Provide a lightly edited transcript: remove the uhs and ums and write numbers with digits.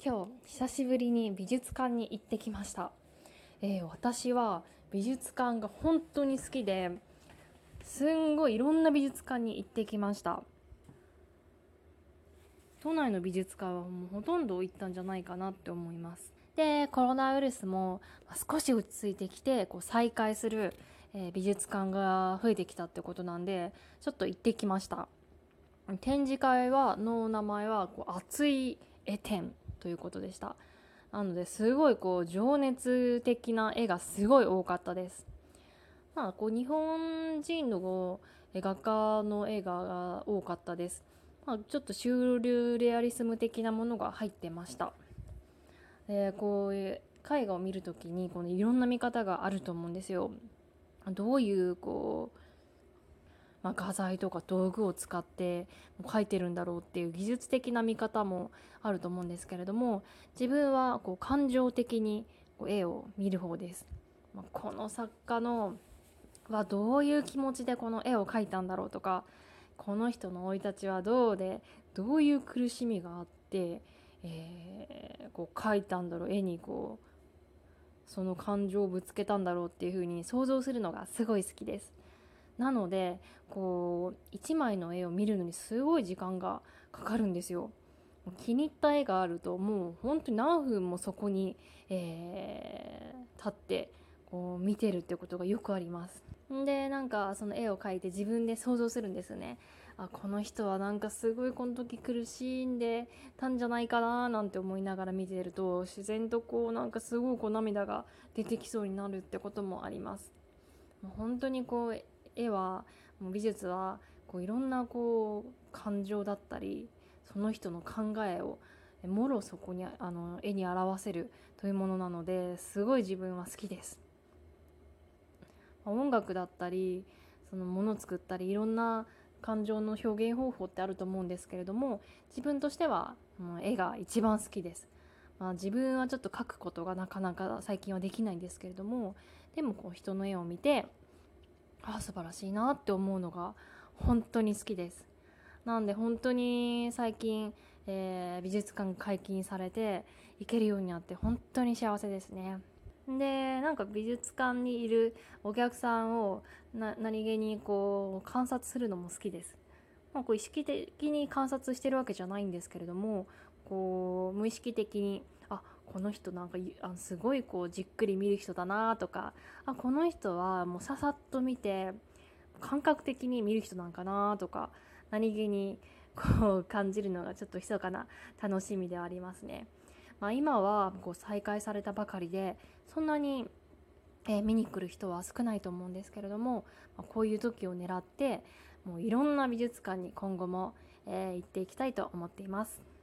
今日久しぶりに美術館に行ってきました。私は美術館が本当に好きですんごいいろんな美術館に行ってきました。都内の美術館はもうほとんど行ったんじゃないかなって思います。で、コロナウイルスも少し落ち着いてきて再開する、美術館が増えてきたってことなんでちょっと行ってきました。展示会の名前は熱い絵展ということでした。なのですごい情熱的な絵がすごい多かったです。日本人の画家の絵が多かったです。ちょっとシュールレアリスム的なものが入ってました。でこういう絵画を見るときにいろんな見方があると思うんですよ。どういう画材とか道具を使って描いてるんだろうっていう技術的な見方もあると思うんですけれども、自分は感情的に絵を見る方です。この作家のはどういう気持ちでこの絵を描いたんだろうとか、この人の生い立ちはどういう苦しみがあって、描いたんだろう、絵にその感情をぶつけたんだろうっていう風に想像するのがすごい好きです。なので一枚の絵を見るのにすごい時間がかかるんですよ。気に入った絵があるともう本当に何分もそこに、立って見てるってことがよくあります。でその絵を描いて自分で想像するんですね。この人はすごいこの時苦しんでたんじゃないかななんて思いながら見てると、自然とすごい涙が出てきそうになるってこともあります。もう本当に絵は美術はいろんな感情だったりその人の考えをもろそこに絵に表せるというものなのですごい自分は好きです。音楽だったりそのものを作ったりいろんな感情の表現方法ってあると思うんですけれども、自分としては絵が一番好きです。自分はちょっと描くことがなかなか最近はできないんですけれども、でも人の絵を見て素晴らしいなって思うのが本当に好きです。なんで本当に最近、美術館解禁されて行けるようになって本当に幸せですね。で美術館にいるお客さんを何気に観察するのも好きです。意識的に観察してるわけじゃないんですけれども、無意識的にこの人すごいじっくり見る人だなとか、この人はもうささっと見て感覚的に見る人なんかなとか、何気に感じるのがちょっと密かな楽しみではありますね。今は再開されたばかりでそんなに見に来る人は少ないと思うんですけれども、こういう時を狙ってもういろんな美術館に今後も行っていきたいと思っています。